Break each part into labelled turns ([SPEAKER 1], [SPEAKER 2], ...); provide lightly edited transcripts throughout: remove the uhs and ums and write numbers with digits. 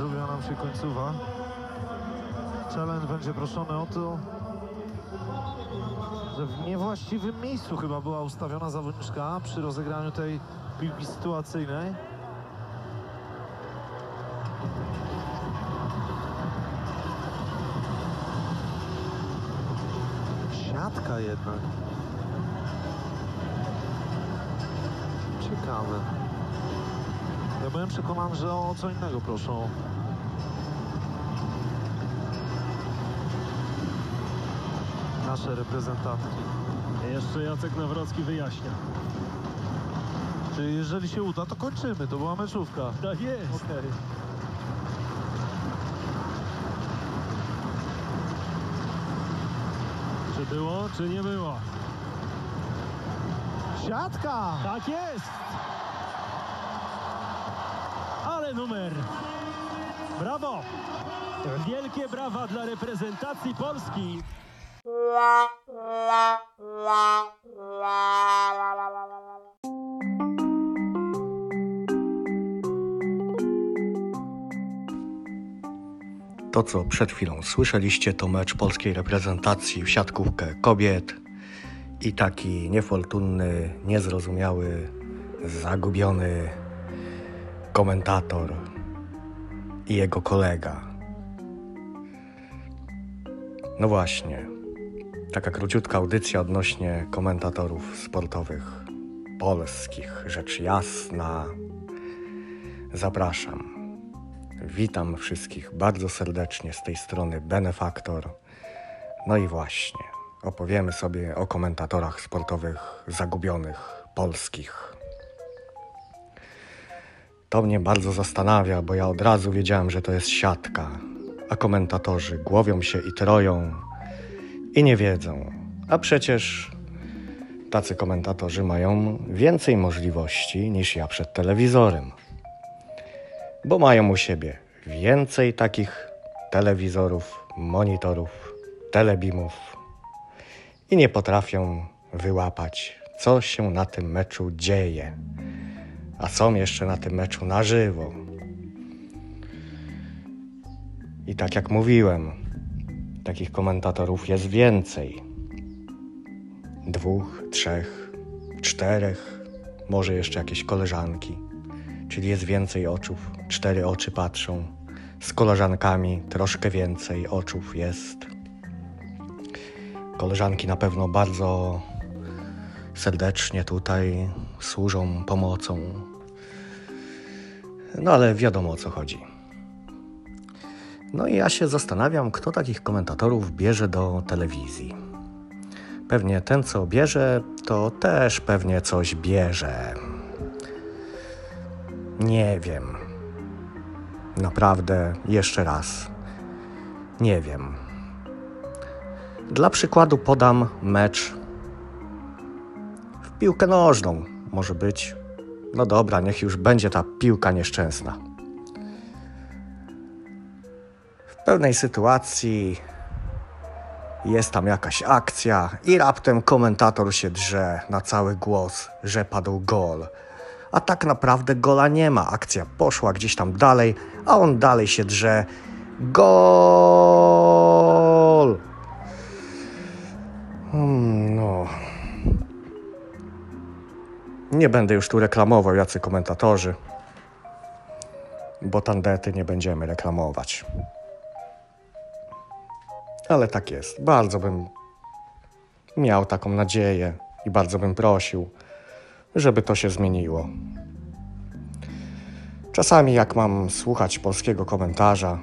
[SPEAKER 1] zrobiła nam się końcowa. Challenge będzie proszony o to, że w niewłaściwym miejscu chyba była ustawiona zawodniczka przy rozegraniu tej piłki sytuacyjnej. Siatka jednak. Ciekawe. Ja byłem przekonany, że o co innego proszą. Nasze reprezentantki.
[SPEAKER 2] Jeszcze Jacek Nawrocki wyjaśnia.
[SPEAKER 1] Czyli jeżeli się uda, to kończymy. To była meczówka.
[SPEAKER 2] Tak jest.
[SPEAKER 1] Okay.
[SPEAKER 2] Czy było, czy nie było?
[SPEAKER 1] Siatka!
[SPEAKER 2] Tak jest! Ale numer! Brawo! Wielkie brawa dla reprezentacji Polski!
[SPEAKER 3] To, co przed chwilą słyszeliście, to mecz polskiej reprezentacji w siatkówkę kobiet i taki niefortunny, niezrozumiały, zagubiony komentator i jego kolega. No właśnie, taka króciutka audycja odnośnie komentatorów sportowych polskich, rzecz jasna. Zapraszam. Witam wszystkich bardzo serdecznie z tej strony Benefaktor. No i właśnie, opowiemy sobie o komentatorach sportowych zagubionych, polskich. To mnie bardzo zastanawia, bo ja od razu wiedziałem, że to jest siatka, a komentatorzy głowią się i troją i nie wiedzą. A przecież tacy komentatorzy mają więcej możliwości niż ja przed telewizorem. Bo mają u siebie więcej takich telewizorów, monitorów, telebimów i nie potrafią wyłapać, co się na tym meczu dzieje. A są jeszcze na tym meczu na żywo. I tak jak mówiłem, takich komentatorów jest więcej. 2, 3, 4, może jeszcze jakieś koleżanki. Czyli jest więcej oczów, 4 oczy patrzą. Z koleżankami troszkę więcej oczów jest. Koleżanki na pewno bardzo serdecznie tutaj służą pomocą. No ale wiadomo, o co chodzi. No i ja się zastanawiam, kto takich komentatorów bierze do telewizji. Pewnie ten, co bierze, to też pewnie coś bierze. Nie wiem. Naprawdę, jeszcze raz. Nie wiem. Dla przykładu podam mecz w piłkę nożną. Może być. No dobra, niech już będzie ta piłka nieszczęsna. W pewnej sytuacji jest tam jakaś akcja i raptem komentator się drze na cały głos, że padł gol. A tak naprawdę gola nie ma. Akcja poszła gdzieś tam dalej, a on dalej się drze. Gol! No. Nie będę już tu reklamował, jacy komentatorzy, bo tandety nie będziemy reklamować. Ale tak jest. Bardzo bym miał taką nadzieję i bardzo bym prosił, żeby to się zmieniło. Czasami jak mam słuchać polskiego komentarza,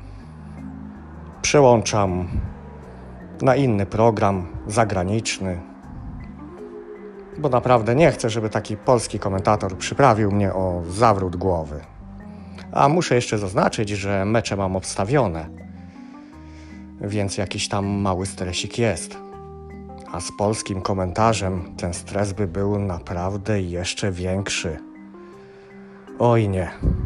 [SPEAKER 3] przełączam na inny program zagraniczny, bo naprawdę nie chcę, żeby taki polski komentator przyprawił mnie o zawrót głowy. A muszę jeszcze zaznaczyć, że mecze mam obstawione, więc jakiś tam mały stresik jest. A z polskim komentarzem ten stres by był naprawdę jeszcze większy. Oj nie.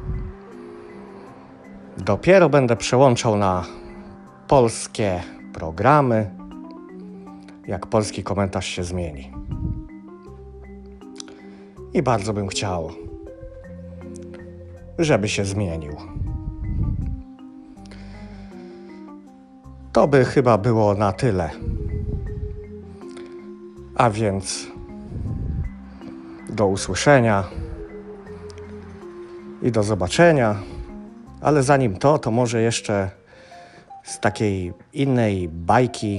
[SPEAKER 3] Dopiero będę przełączał na polskie programy, jak polski komentarz się zmieni. I bardzo bym chciał, żeby się zmienił. To by chyba było na tyle. A więc do usłyszenia i do zobaczenia. Ale zanim to może jeszcze z takiej innej bajki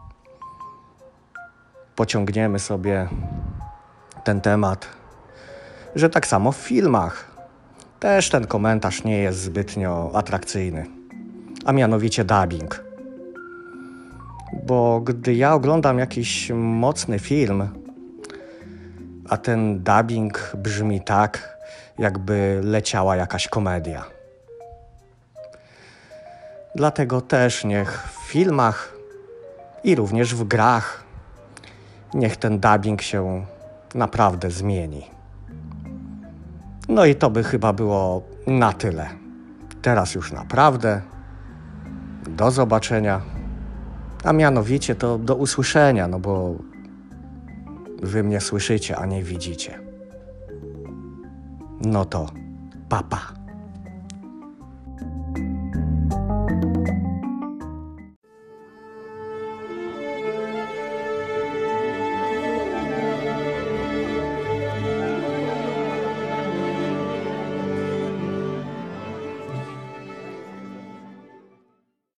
[SPEAKER 3] pociągniemy sobie ten temat, że tak samo w filmach też ten komentarz nie jest zbytnio atrakcyjny, a mianowicie dubbing. Bo gdy ja oglądam jakiś mocny film, a ten dubbing brzmi tak, jakby leciała jakaś komedia. Dlatego też niech w filmach i również w grach niech ten dubbing się naprawdę zmieni. No i to by chyba było na tyle. Teraz już naprawdę do zobaczenia, a mianowicie to do usłyszenia, no bo wy mnie słyszycie, a nie widzicie. No to pa, pa.